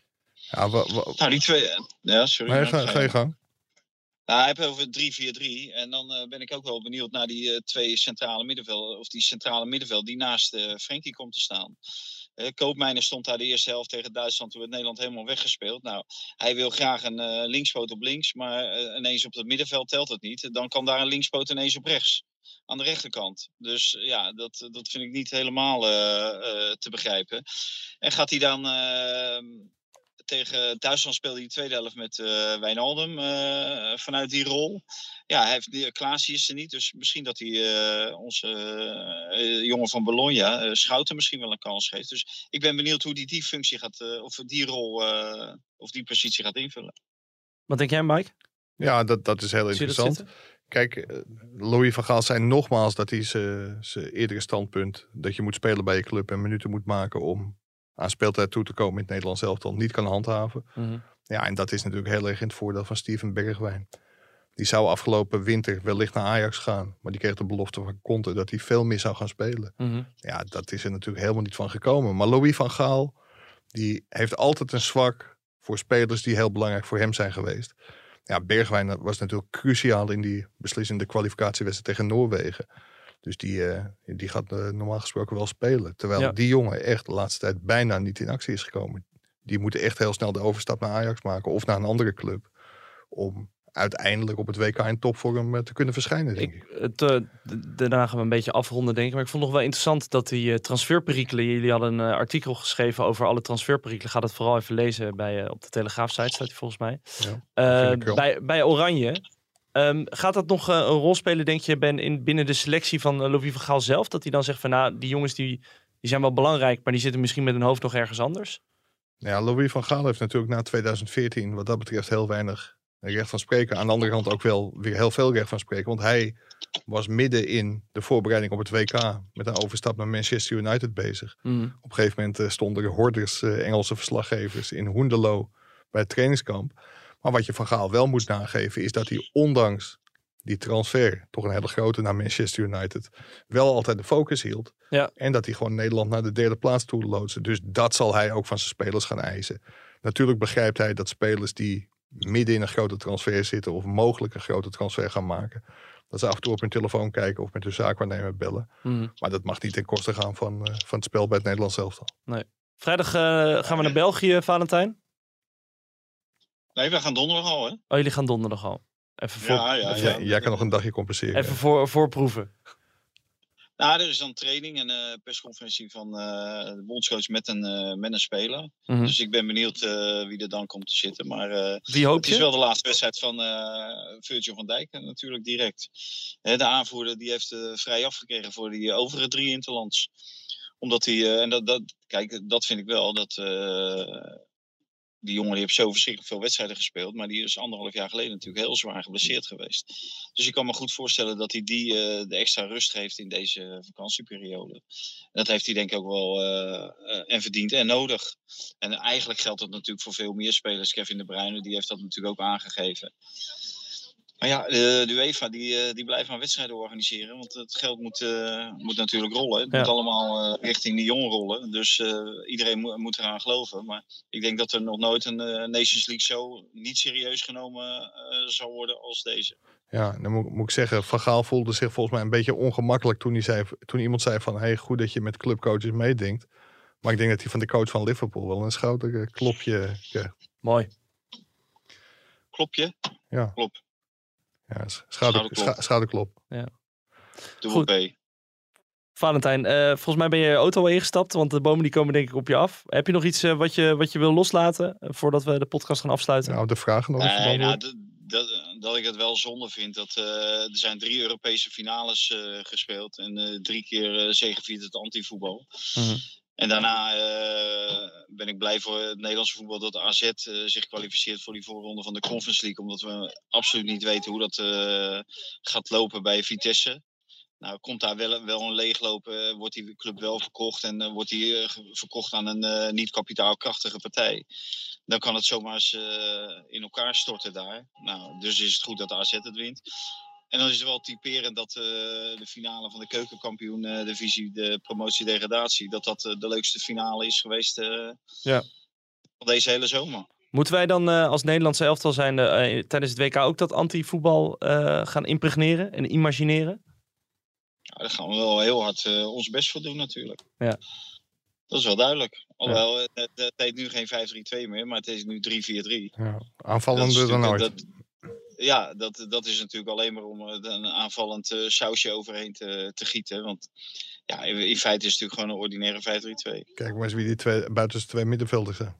Ja, wa- wa- nou, die twee... Ja, sorry. Nee, ga, ga je gang. Nou, hij heeft over drie vier drie. En dan uh, ben ik ook wel benieuwd naar die uh, twee centrale middenveld. Of die centrale middenveld die naast uh, Frenkie komt te staan. Uh, Koopmeiners stond daar de eerste helft tegen Duitsland. Toen werd Nederland helemaal weggespeeld. Nou, hij wil graag een uh, linkspoot op links. Maar uh, ineens op het middenveld telt het niet. Dan kan daar een linkspoot ineens op rechts. Aan de rechterkant. Dus ja, dat, dat vind ik niet helemaal uh, uh, te begrijpen. En gaat hij dan... Uh, Tegen Duitsland speelde hij de tweede helft met uh, Wijnaldum uh, vanuit die rol. Ja, hij heeft, die, Klaasie is er niet, dus misschien dat hij uh, onze uh, jongen van Bologna, uh, Schouten, misschien wel een kans geeft. Dus ik ben benieuwd hoe hij die functie gaat, uh, of die rol, uh, of die positie gaat invullen. Wat denk jij, Mike? Ja, dat, dat is heel interessant. Kijk, Louis van Gaal zei nogmaals dat hij zijn eerdere standpunt, dat je moet spelen bij je club en minuten moet maken om aan speeltijd toe te komen in het Nederlands elftal, niet kan handhaven. Mm-hmm. Ja, en dat is natuurlijk heel erg in het voordeel van Steven Bergwijn. Die zou afgelopen winter wellicht naar Ajax gaan, maar die kreeg de belofte van Conte dat hij veel meer zou gaan spelen. Mm-hmm. Ja, dat is er natuurlijk helemaal niet van gekomen. Maar Louis van Gaal, die heeft altijd een zwak voor spelers die heel belangrijk voor hem zijn geweest. Ja, Bergwijn was natuurlijk cruciaal in die beslissende kwalificatiewedstrijd tegen Noorwegen. Dus die, uh, die gaat uh, normaal gesproken wel spelen. Terwijl ja. die jongen echt de laatste tijd bijna niet in actie is gekomen. Die moeten echt heel snel de overstap naar Ajax maken of naar een andere club. Om uiteindelijk op het W K in topvorm uh, te kunnen verschijnen, denk ik. ik. Het, uh, daarna gaan we een beetje afronden, denk ik. Maar ik vond het nog wel interessant dat die uh, transferperikelen... Jullie hadden een uh, artikel geschreven over alle transferperikelen. Ga dat vooral even lezen bij, uh, op de Telegraaf-site, staat die volgens mij. Ja, uh, bij, bij Oranje... Um, gaat dat nog uh, een rol spelen, denk je, ben in, binnen de selectie van uh, Louis van Gaal zelf? Dat hij dan zegt van, nou, die jongens die, die zijn wel belangrijk, maar die zitten misschien met hun hoofd nog ergens anders? Ja, Louis van Gaal heeft natuurlijk na tweeduizend veertien wat dat betreft heel weinig recht van spreken. Aan de andere kant ook wel weer heel veel recht van spreken. Want hij was midden in de voorbereiding op het W K met een overstap naar Manchester United bezig. Mm. Op een gegeven moment uh, stonden er hordes uh, Engelse verslaggevers in Hoenderloo bij het trainingskamp. Maar wat je Van Gaal wel moet nageven is dat hij ondanks die transfer, toch een hele grote naar Manchester United, wel altijd de focus hield. Ja. En dat hij gewoon Nederland naar de derde plaats toe loodste. Dus dat zal hij ook van zijn spelers gaan eisen. Natuurlijk begrijpt hij dat spelers die midden in een grote transfer zitten of mogelijk een grote transfer gaan maken, dat ze af en toe op hun telefoon kijken of met hun zaakwaarnemer bellen. Mm. Maar dat mag niet ten koste gaan van, uh, van het spel bij het Nederlands elftal. Nee. Vrijdag uh, gaan we naar België, Valentijn? Nee, we gaan donderdag al, hè? Oh, jullie gaan donderdag al. Even voor, Ja, ja, Ja, ja. jij kan nog een dagje compenseren. even voor, voorproeven. Nou, er is dan training en uh, persconferentie van uh, de bondscoach met een, uh, met een speler. Mm-hmm. Dus ik ben benieuwd uh, wie er dan komt te zitten. Maar uh, Wie hoop het is je? wel de laatste wedstrijd van uh, Virgil van Dijk uh, natuurlijk direct. Hè, de aanvoerder die heeft uh, vrij afgekregen voor die uh, overige drie interlands. Omdat hij, uh, en dat, dat, kijk, dat vind ik wel, dat uh, die jongen die heeft zo verschrikkelijk veel wedstrijden gespeeld. Maar die is anderhalf jaar geleden natuurlijk heel zwaar geblesseerd geweest. Dus ik kan me goed voorstellen dat hij die uh, de extra rust geeft in deze vakantieperiode. En dat heeft hij denk ik ook wel uh, uh, en verdiend en nodig. En eigenlijk geldt dat natuurlijk voor veel meer spelers. Kevin De Bruyne, die heeft dat natuurlijk ook aangegeven. Maar ja, de, de UEFA die, die blijft maar wedstrijden organiseren. Want het geld moet, uh, moet natuurlijk rollen. Het Ja. moet allemaal uh, richting de jong rollen. Dus uh, iedereen mo- moet eraan geloven. Maar ik denk dat er nog nooit een uh, Nations League zo niet serieus genomen uh, zal worden als deze. Ja, dan moet, moet ik zeggen, Van Gaal voelde zich volgens mij een beetje ongemakkelijk toen, hij zei, toen iemand zei van, hey, goed dat je met clubcoaches meedenkt. Maar ik denk dat hij van de coach van Liverpool wel een schouderklopje krijgt. Mooi. Klopt je? Ja. Klopt. Ja, schouder, Schouderklop. scha- schouderklop. Dubbel P. Valentijn, uh, volgens mij ben je auto al ingestapt, want de bomen die komen denk ik op je af. Heb je nog iets uh, wat, je, wat je wil loslaten uh, voordat we de podcast gaan afsluiten? Nou, de vragen nog even Nee, nou, beantwoorden. d- dat, dat ik het wel zonde vind. Dat, uh, er zijn drie Europese finales uh, gespeeld. En uh, drie keer uh, zegeviert het antivoetbal. Mm-hmm. En daarna uh, ben ik blij voor het Nederlandse voetbal dat de A Z uh, zich kwalificeert voor die voorronde van de Conference League. Omdat we absoluut niet weten hoe dat uh, gaat lopen bij Vitesse. Nou, komt daar wel, wel een leegloop, uh, wordt die club wel verkocht en uh, wordt die uh, verkocht aan een uh, niet kapitaalkrachtige partij. Dan kan het zomaar eens uh, in elkaar storten daar. Nou, dus is het goed dat de A Z het wint. En dan is het wel typerend dat uh, de finale van de keukenkampioen-divisie, de promotie-degradatie, dat dat uh, de leukste finale is geweest uh, Ja. van deze hele zomer. Moeten wij dan uh, als Nederlandse elftal zijn uh, tijdens het W K ook dat antivoetbal uh, gaan impregneren en imagineren? Ja, daar gaan we wel heel hard uh, ons best voor doen natuurlijk. Ja. Dat is wel duidelijk. Alhoewel, ja. het, het heet nu geen vijf drie twee meer, maar het is nu drie vier drie. Ja, aanvallender dan ooit. Dat, ja, dat, dat is natuurlijk alleen maar om een aanvallend uh, sausje overheen te, te gieten. Want ja, in, in feite is het natuurlijk gewoon een ordinaire vijf drie twee. Kijk maar eens wie die twee, buitenste twee middenvelders zijn.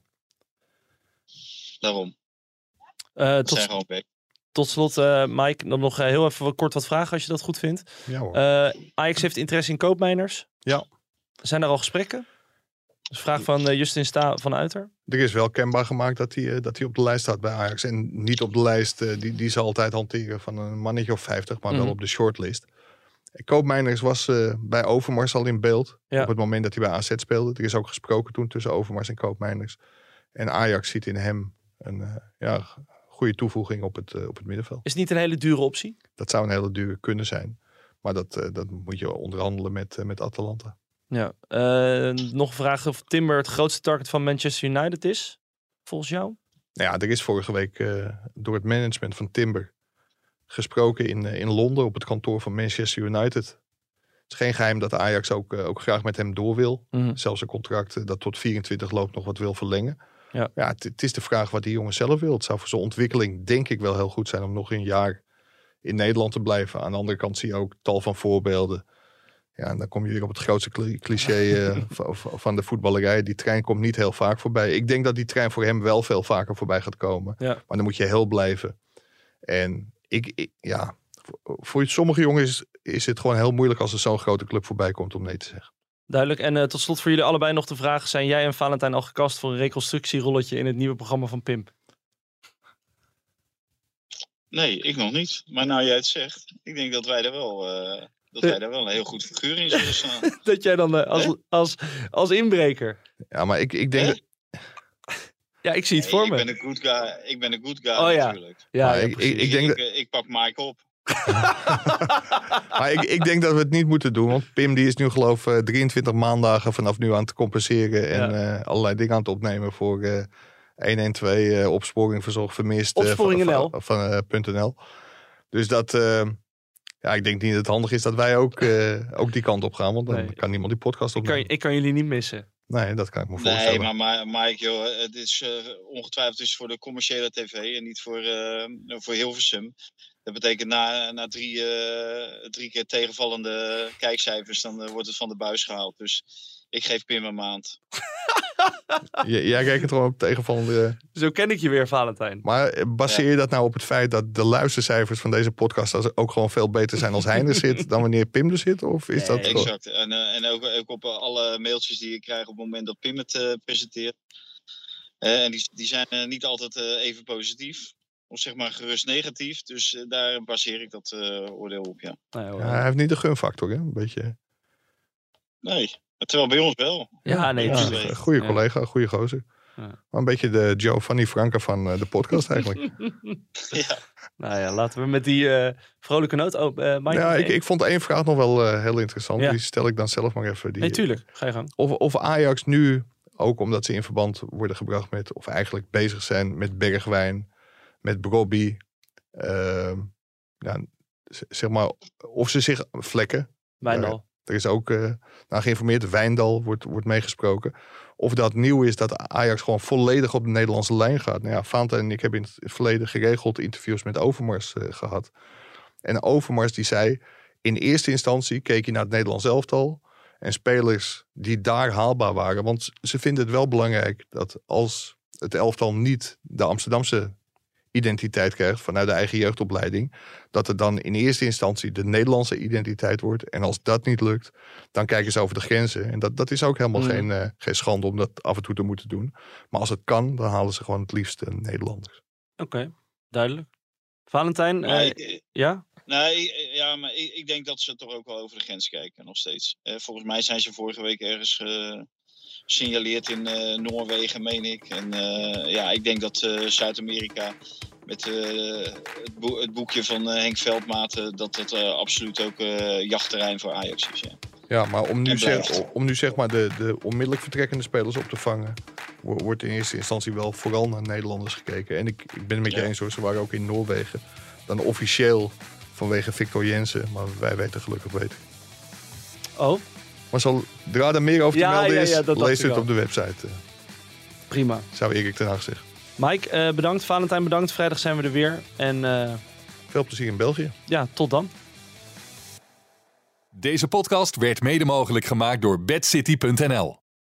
Daarom. Uh, Dat tot, zijn gewoon back. tot slot, uh, Mike, dan nog uh, heel even wat, kort wat vragen als je dat goed vindt. Ja hoor. Uh, Ajax heeft interesse in koopmijners. Ja. Zijn er al gesprekken? Dat is een vraag van uh, Justin Sta van Uiter. Er is wel kenbaar gemaakt dat hij, uh, dat hij op de lijst staat bij Ajax. En niet op de lijst uh, die, die ze altijd hanteren van een mannetje of vijftig, maar Mm. wel op de shortlist. Koopmeiners was uh, bij Overmars al in beeld. Ja. Op het moment dat hij bij A Z speelde. Er is ook gesproken toen tussen Overmars en Koopmeiners. En Ajax ziet in hem een uh, ja, goede toevoeging op het, uh, op het middenveld. Is het niet een hele dure optie? Dat zou een hele dure kunnen zijn. Maar dat, uh, dat moet je onderhandelen met, uh, met Atalanta. Ja. Uh, nog een vraag of Timber het grootste target van Manchester United is, volgens jou? Nou ja, er is vorige week uh, door het management van Timber gesproken in, uh, in Londen op het kantoor van Manchester United. Het is geen geheim dat Ajax ook, uh, ook graag met hem door wil. Mm-hmm. Zelfs een contract uh, dat tot vierentwintig loopt nog wat wil verlengen. Ja, ja het, het is de vraag wat die jongen zelf wil. Het zou voor zijn ontwikkeling denk ik wel heel goed zijn om nog een jaar in Nederland te blijven. Aan de andere kant zie je ook tal van voorbeelden. Ja, en dan kom je weer op het grootste cliché uh, van de voetballerij. Die trein komt niet heel vaak voorbij. Ik denk dat die trein voor hem wel veel vaker voorbij gaat komen. Ja. Maar dan moet je heel blijven. En ik, ik ja, voor, voor sommige jongens is, is het gewoon heel moeilijk als er zo'n grote club voorbij komt om nee te zeggen. Duidelijk. En uh, tot slot voor jullie allebei nog de vraag. Zijn jij en Valentijn al gecast voor een reconstructierolletje in het nieuwe programma van Pimp? Nee, ik nog niet. Maar nou jij het zegt, ik denk dat wij er wel, uh, dat wij daar wel een heel goed figuur in zullen staan. Dat jij dan uh, als, als, als, als inbreker... Ja, maar ik, ik denk... Hè? Dat... Ja, ik zie het nee, voor ik me. Ben een good guy, ik ben een good guy oh, ja. natuurlijk. Ja, ja, ik, ik, ik, ik, denk ik, dat... ik pak Mike op. maar ik, ik denk dat we het niet moeten doen. Want Pim die is nu geloof ik drieëntwintig maandagen vanaf nu aan het compenseren. En ja. uh, allerlei dingen aan het opnemen voor uh, honderdtwaalf uh, opsporing verzorgd vermist. Opsporing uh, van, van, van, van uh, .nl. Dus dat... Uh, ja, ik denk niet dat het handig is dat wij ook, uh, ook die kant op gaan. Want dan nee. kan niemand die podcast opnemen. Ik kan, ik kan jullie niet missen. Nee, dat kan ik me voorstellen. Nee, maar, maar Mike, joh, het is uh, ongetwijfeld is voor de commerciële tv en niet voor, uh, voor Hilversum. Dat betekent na, na drie, uh, drie keer tegenvallende kijkcijfers, dan uh, wordt het van de buis gehaald. Dus ik geef Pim een maand. J- jij kijkt het gewoon op tegenvallende... Zo ken ik je weer, Valentijn. Maar baseer ja. je dat nou op het feit dat de luistercijfers van deze podcast ook gewoon veel beter zijn als hij er zit dan wanneer Pim er zit? Of is nee, dat exact. En, uh, en ook, ook op alle mailtjes die ik krijg op het moment dat Pim het uh, presenteert. Uh, en die, die zijn uh, niet altijd uh, even positief. Of zeg maar gerust negatief. Dus uh, daar baseer ik dat uh, oordeel op, ja. ja. Hij heeft niet de gunfactor, hè? Een beetje... Nee, terwijl bij ons wel. Ja, nee. Ja, een goede collega, een goede gozer. Ja. Maar een beetje de Giovanni Franca van uh, de podcast eigenlijk. ja. Nou ja, laten we met die uh, vrolijke noot... Oh, uh, Mike, ja, ik, ik vond één vraag nog wel uh, heel interessant. Ja. Die stel ik dan zelf maar even. Die, nee, tuurlijk. Ga je gang. Of, of Ajax nu, ook omdat ze in verband worden gebracht met... of eigenlijk bezig zijn met Bergwijn, met Brobby... Uh, ja, zeg maar, of ze zich vlekken. Wijndal. Uh, er is ook uh, nou, geïnformeerd, Wijndal wordt, wordt meegesproken. Of dat nieuw is dat Ajax gewoon volledig op de Nederlandse lijn gaat. Nou ja, Fanta en ik hebben in het verleden geregeld interviews met Overmars uh, gehad. En Overmars die zei, in eerste instantie keek je naar het Nederlands elftal. En spelers die daar haalbaar waren. Want ze vinden het wel belangrijk dat als het elftal niet de Amsterdamse identiteit krijgt vanuit de eigen jeugdopleiding, dat het dan in eerste instantie de Nederlandse identiteit wordt. En als dat niet lukt, dan kijken ze over de grenzen. En dat, dat is ook helemaal mm. geen, uh, geen schande om dat af en toe te moeten doen. Maar als het kan, dan halen ze gewoon het liefst uh, Nederlanders. Oké, okay, duidelijk. Valentijn, nee, uh, ik, ja? Nee, ja, maar ik, ik denk dat ze toch ook wel over de grens kijken, nog steeds. Uh, volgens mij zijn ze vorige week ergens uh, gesignaleerd in uh, Noorwegen, meen ik. En uh, ja, ik denk dat uh, Zuid-Amerika met uh, het, boek, het boekje van uh, Henk Veldmaat, uh, dat dat uh, absoluut ook uh, jachtterrein voor Ajax is. Ja, ja maar om nu, zeg, om nu zeg maar de, de onmiddellijk vertrekkende spelers op te vangen, wordt in eerste instantie wel vooral naar Nederlanders gekeken. En ik, ik ben het met je ja. eens hoor, ze waren ook in Noorwegen. Dan officieel vanwege Victor Jensen, maar wij weten gelukkig beter. Oh? Maar zodra er meer over te ja, melden ja, is, ja, lees het op de website. Prima. Zou Erik ten Hag zeggen. Mike, uh, bedankt. Valentijn, bedankt. Vrijdag zijn we er weer. En, uh... veel plezier in België. Ja, tot dan. Deze podcast werd mede mogelijk gemaakt door bedcity punt n l.